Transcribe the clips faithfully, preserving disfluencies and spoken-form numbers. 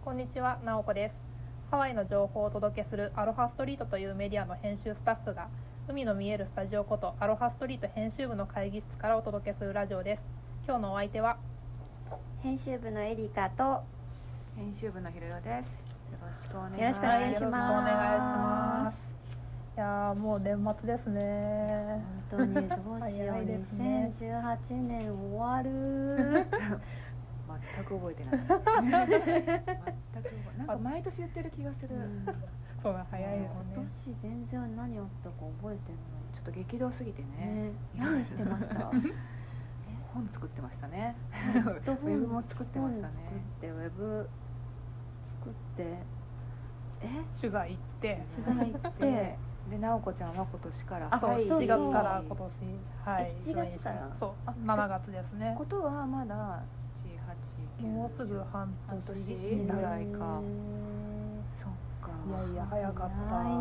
こんにちは、なおこです。ハワイの情報をお届けするアロハストリートというメディアの編集スタッフが海の見えるスタジオことアロハストリート編集部の会議室からお届けするラジオです。今日のお相手は編集部のエリカと編集部のひろよです。よろしくお願いします。 よろしくお願いします。 よろしくお願いします。いやーもう年末ですね。 本当にどうしよう、ね、にせんじゅうはちねん終わる全く覚えてない全く覚えなんか毎年言ってる気がする、うん、 そうだ早いですね。 今年全然何やったか覚えてない。 ちょっと激動すぎてね、 ね何してました本作ってましたねウェブも作ってましたね。 作ってウェブ作ってえ取材行って取材行ってで直子ちゃんは今年からあそう、はい、しちがつから今年はいしちがつからそうあしちがつですね。 ことはまだななはちきゅうもうすぐ半年ぐらいか。そっかいやいや早かった。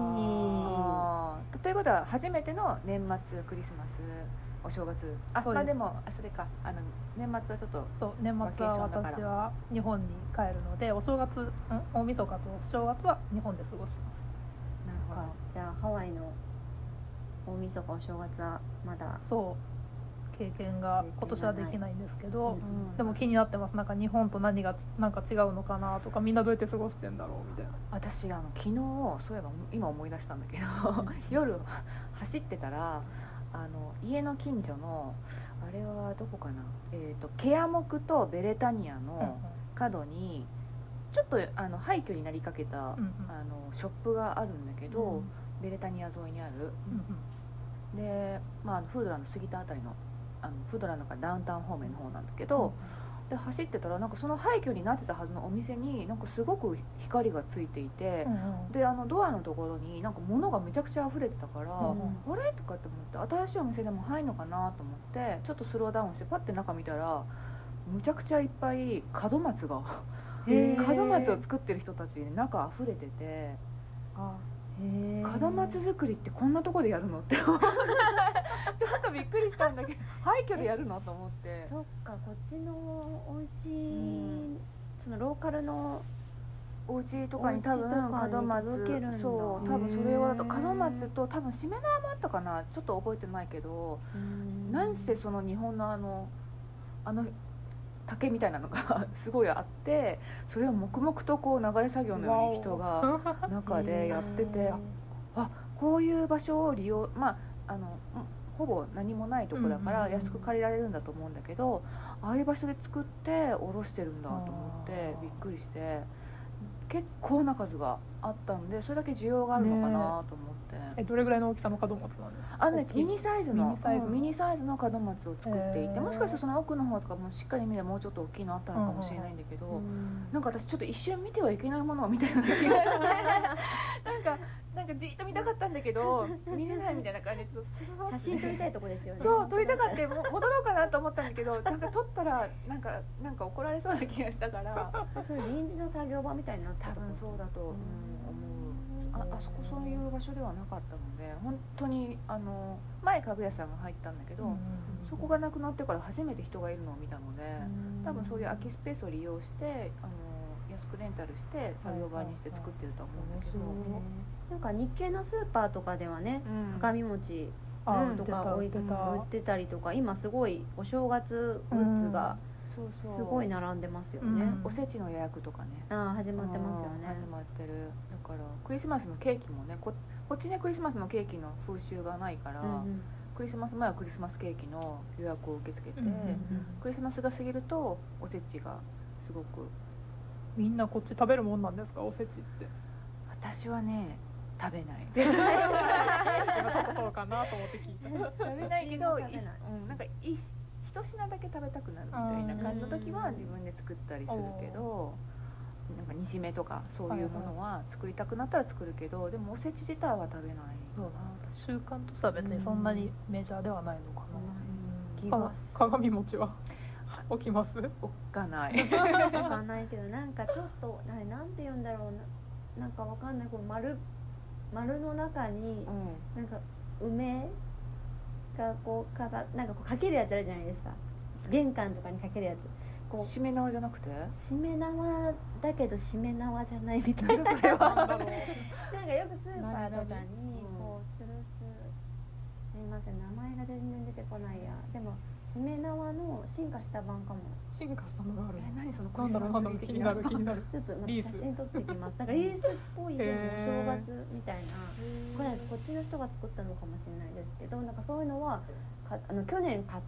ということは初めての年末クリスマスお正月あまあでもあそれかあの年末はちょっとそう年末は私は日本に帰るのでお正月ん大晦日とお正月は日本で過ごします。 なるほど。じゃあハワイの大晦日お正月はまだそう経験が今年はできないんですけど、 うん、 でも気になってます。なんか日本と何がなんか違うのかなとかみんなどうやって過ごしてんだろうみたいな。 私あの昨日そういえば今思い出したんだけど夜走ってたらあの家の近所のあれはどこかな、えーと、ケアモクとベレタニアの角にちょっとあの廃墟になりかけた、うんうん、あのショップがあるんだけど、うん、ベレタニア沿いにある、うんうん、で、まあ、フードランド過ぎたあたりのあのフードランドからダウンタウン方面の方なんだけど、うん、で走ってたらなんかその廃墟になってたはずのお店になんかすごく光がついていて、うんうん、であのドアのところになんか物がめちゃくちゃ溢れてたから、うんうん、あれとかって思って新しいお店でも入るのかなと思ってちょっとスローダウンしてパッて中見たらむちゃくちゃいっぱい門松が門松を作ってる人たちで中溢れてて、あ門松作りってこんなとこでやるのってちょっとびっくりしたんだけど廃墟でやるのと思って。 そっかこっちのお家、うん、そのローカルのお家とかに多分門松そう多分それは門松と多分しめ縄もあったかなちょっと覚えてないけどなんせその日本のあのあの竹みたいなのがすごいあってそれを黙々とこう流れ作業のように人が中でやっててあこういう場所を利用まああのほぼ何もないとこだから安く借りられるんだと思うんだけど、ああいう場所で作って下ろしてるんだと思ってびっくりして結構な数があったんでそれだけ需要があるのかなと思って、ね、 えどれぐらいの大きさの門松なんですか？ あの、ね、ミニサイズのミニサイズの、 うん、ミニサイズの門松を作っていてもしかしたらその奥の方とかもしっかり見ればもうちょっと大きいのあったのかもしれないんだけど、うん、なんか私ちょっと一瞬見てはいけないものを見たような気がしてなんかなんかじっと見たかったんだけど見れないみたいな感じでちょっと写真撮りたいとこですよね。 そう撮りたかって戻ろうかなと思ったんだけどなんか撮ったらなんかなんか怒られそうな気がしたからそれ臨時の作業場みたいになってた多分そうだと、うん、思う。あ, あそこそういう場所ではなかったので本当にあの前家具屋さんが入ったんだけど、うんうんうん、そこがなくなってから初めて人がいるのを見たので、うん、多分そういう空きスペースを利用してあの安くレンタルして作業場にして作ってると思うんだけど、はいはいはい、 なんか日系のスーパーとかではね、うん、鏡餅とか置いてた売ってたりとか今すごいお正月グッズが、うんそうそうすごい並んでますよね、 うん、おせちの予約とかねあ始まってますよね。 始まってる。だからクリスマスのケーキもね こ, こっちねクリスマスのケーキの風習がないから、うんうん、クリスマス前はクリスマスケーキの予約を受け付けて、うんうんうん、クリスマスが過ぎるとおせちがすごくみんなこっち食べるもんなんですかおせちって。 私はね食べないちょっとそうかなと思って聞いた食べないけどい、うん、なんかい一品だけ食べたくなるみたいな感じの時は自分で作ったりするけどなんか煮しめとかそういうものは作りたくなったら作るけどでもおせち自体は食べないかな。 習慣としては別にそんなにメジャーではないのかな、 うんうん、 鏡餅は起きますおっかないおっかないけどなんかちょっとななんて言うんだろう な, なんかわかんないこう 丸, 丸の中に、うん、なんか梅がこうかたなんかこうかけるやつあるじゃないですか玄関とかにかけるやつこうしめ縄じゃなくてしめ縄だけどしめ縄じゃないみたいなそれはなんだろうなんかよくスーパーとかにこう吊るす、すいません名前が全然出てこないや。でもしめ縄の進化した版かも。 進化したのがある。 え何そのクなんだろうリスマなんだろう気にスツリー的ななる気になる。 ちょっとまたリース写真撮ってきます。なんかリースっぽいでもお正月みたいな。これこっちの人が作ったのかもしれないですけど、なんかそういうのはかあの去年買って、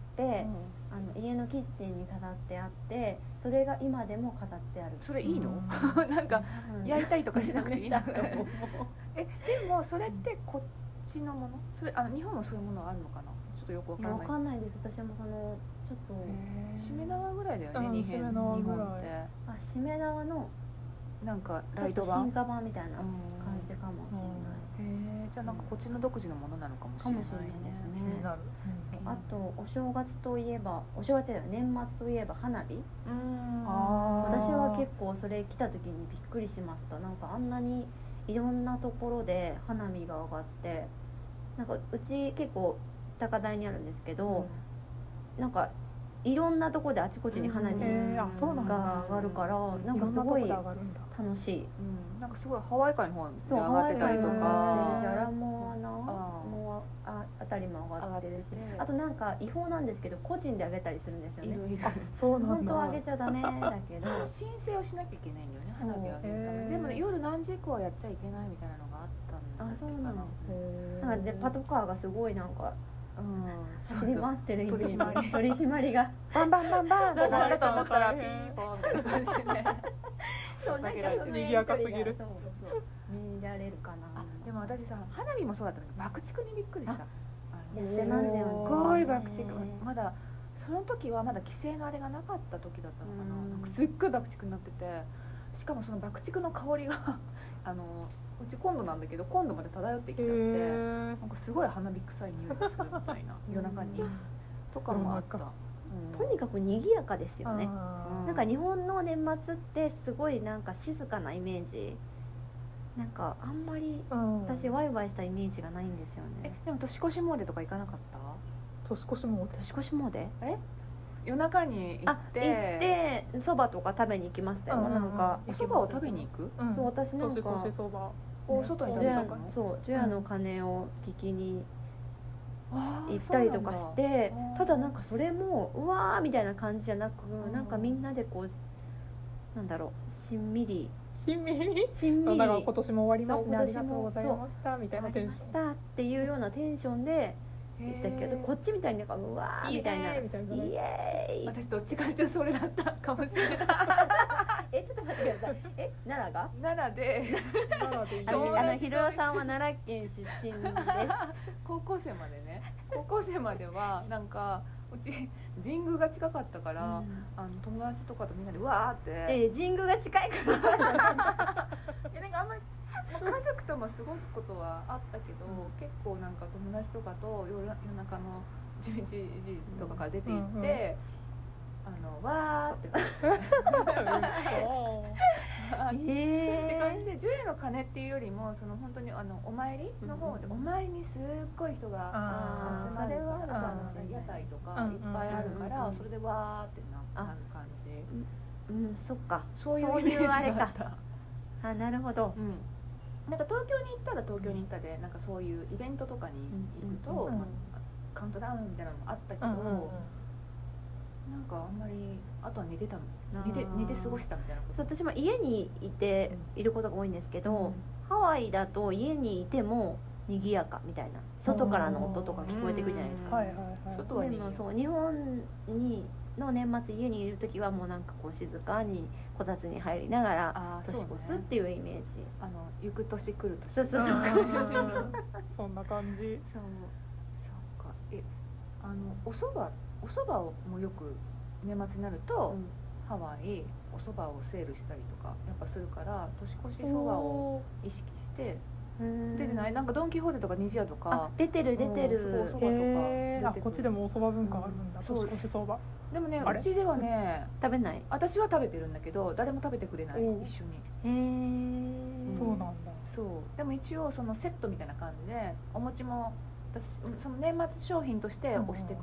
あの家のキッチンに飾ってあって、それが今でも飾ってある。 それいいの、 うんなんかうん焼いたりとかしなくていいのだと思うえでもそれってこっちのもの、それあの日本もそういうものあるのかな、ちょっとよくわいやわからない。 かんないです。私もそのちょっとへーしめ縄ぐらいだよね、 うん日しめ縄本ぐらいってあしめ縄のなんかちょっとライト版進化版みたいな感うんじかもしれない。 へえ、じゃあなんかこっちの独自のものなのかもしれないね。 かもしれないですね気になる。 あとお正月といえばお正月じゃない年末といえば花火。 うんあー私は結構それ来た時にびっくりしました。なんかあんなにいろんなところで花火が上がって、なんかうち結構高台にあるんですけど、なんかいろんなところであちこちに花火へーあそうなんだが上がるから、 うんなんかすごいいろんなとこで上がるんだ。 楽しい。 うん、なんかすごいハワイ海の方でそう上がってたりとハワイも上がかってるし、アラモアナあーもああたりも上がってるし、 上がっててあとなんか違法なんですけど個人で上げたりするんですよね。 いるいるそうなんだ。 本当は上げちゃダメだけど申請をしなきゃいけないんだよね、 そう花火を上げるためへーに。でもね、夜何時以降はやっちゃいけないみたいなのがあったんだっけかあそうなのへーなんかでパトカーがすごいなんかうん走り回ってるイメージ。 取り締まり取り締まりがバンバンバンバンそうそうだと思ったら大変ピーポーみたいな感じでねそうなんかその賑やかすぎるそうそうそう見られるかな。 あでも私さ、花火もそうだったんだけど爆竹にびっくりした。あのやってますよね。 すごい爆竹、まだその時はまだ規制のあれがなかった時だったのかな、 うんなんかすっごい爆竹になってて、しかもその爆竹の香りがあのうち今度なんだけど今度まで漂ってきちゃって、 へーなんかすごい花火臭い匂いがするみたいな夜中にとかもあった、うんとにかく賑やかですよね。 あーなんか日本の年末ってすごいなんか静かなイメージ、なんかあんまりうん私ワイワイしたイメージがないんですよえね。 でも年越し詣とか行かなかった年越しも年越し詣あれ夜中に行あって行ってそばとか食べに行きましたよ、 うんうんうんなんかお蕎麦を食べに行くうんそう私なんか年越しそばお外に食除夜べたかのそう除夜の鐘を聞きにあー行ったりとかしてそうなんだただなんかそれもうわーみたいな感じじゃなく、 んなんかみんなでこうしなんだろうしんみりしんみりしんみりだから今年も終わりますね、ありそう今年もがとうございましたみたいなあテンションりましたっていうようなテンションで言ってたっけど、こっちみたいになんかうわーみたいなイエーイみたいなイエーイ私どっちかっていうとそれだったかもしれないえちょっと待ってくださいえ奈良が奈良で奈良であの行あのひろよさんは奈良県出身です高校生までね高校生まではなんかうち神宮が近かったから、 うんあの友達とかとみんなでうわーって、 えー、神宮が近いからいやなんかあんまりまあ家族とも過ごすことはあったけど、結構なんか友達とかと夜夜中のじゅういちじとかから出て行って、 うんうんあのわーって感じえって感じで除夜の鐘っていうよりもその本当にあのお参りの方で、 うんお参りにすっごい人があ集まるそれはあるからかもしれない屋台とかうんいっぱいあるから、 うんそれでわーってなあなる感じ、 うんそっかそういうイメージがあれかあった。 あなるほどうんなんか東京に行ったら東京に行ったでなんかそういうイベントとかに行くと、 うんうんまあカウントダウンみたいなのもあったけど、 うんうんうんなんかあんまりあとは寝てたあー寝て寝て過ごしたみたいなこと。 そう私も家にいていることが多いんですけど、 うんハワイだと家にいても賑やかみたいな外からの音とか聞こえてくるじゃないですか、 はいはいはいで外はねもそう日本にの年末家にいる時はもうなんかこう静かにこたつに入りながらあー年そうね越すっていうイメージあの行く年来る年そうそうそううんそんな感じそうそうかえあのお蕎麦お蕎麦をもよく年末になると、 うんハワイお蕎麦をセールしたりとかやっぱするから年越し蕎麦を意識して出てないなんかドン・キホーテとか虹屋とあか出てる出てるうんそこお蕎麦とかへーあ出てくるこっちでもお蕎麦文化あるんだ、 うん年越しそばでもねあれうちではね食べない私は食べてるんだけど誰も食べてくれないおう一緒にへえそうなんだそうでも一応そのセットみたいな感じでお餅も私その年末商品として押してくる、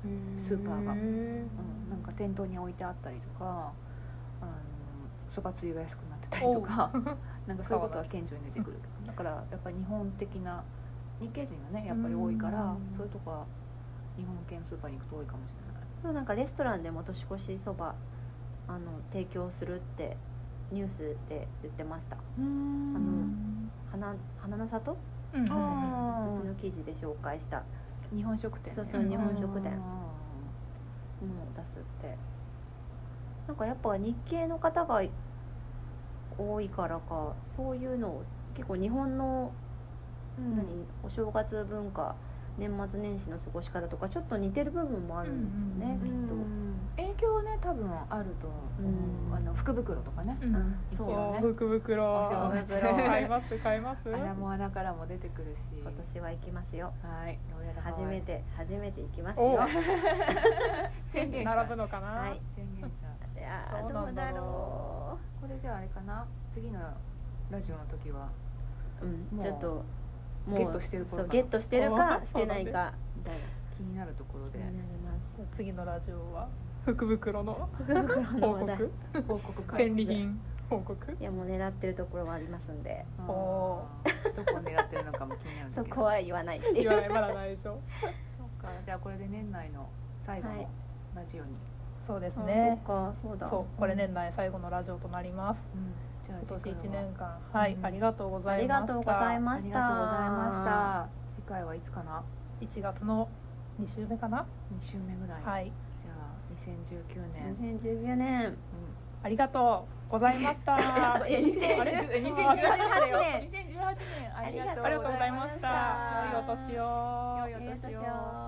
スーパーが、 へーうん、なんか店頭に置いてあったりとか、あのそばつゆが安くなってたりとかなんかそういうことは顕著に出てくるだからやっぱり日本的な日系人がねやっぱり多いからうんそういうとこは日本系のスーパーに行くと多いかもしれない。 でもなんかレストランでも年越しそばあの提供するってニュースで言ってました。 うーんあの花花の里、 うんあーうちの記事で紹介した日本食店ね、 そうそう日本食店うんものを出すって、なんかやっぱ日系の方が多いからかそういうのを結構日本の、 うん何お正月文化年末年始の過ごし方とかちょっと似てる部分もあるんですよね、 うんきっと、 うん影響はね多分あると思う、 うんあの福袋とかね、 うんうん一そう応ね福袋お正月買います買いますアラモアナからも出てくるし今年は行きますよ。 はいどうやらハワイ初めて初めて行きますおよ。 宣言した並ぶのかな、 はい宣言したいやーどうどうだなんだろろこれじゃああれかな次のラジオの時はう。うんもうちょっともうゲットしてる頃かなそうゲットしてるおかーしてないかみたいな気になるところで気になります。 次のラジオは福袋の福袋の報話題。 告報告会戦利品報告いやもう狙ってるところはありますんで、 あーおどこを狙ってるのかも気になるんだけどそこは言わないっていう。 言わないまだないでしょそうかじゃあこれで年内の最後のはいラジオに、 そうですあねそっかそうだ。 そうこれ年内最後のラジオとなります。 うんじゃあ今年いち次回はねんかんはい、 うんありがとうごあざいましたりがとうございました。 ありがとうございました次回はいつかないちがつのに週目かな、 に週目ぐらい、 はいじゃあにせんじゅうきゅうねん、 にせんじゅうきゅうねん。 うんありがとうございましたいやにせんあれにせんじゅうはちねんにせんじゅうはちねんありがとうありがとうございました良いお年を良いお年を良いお年を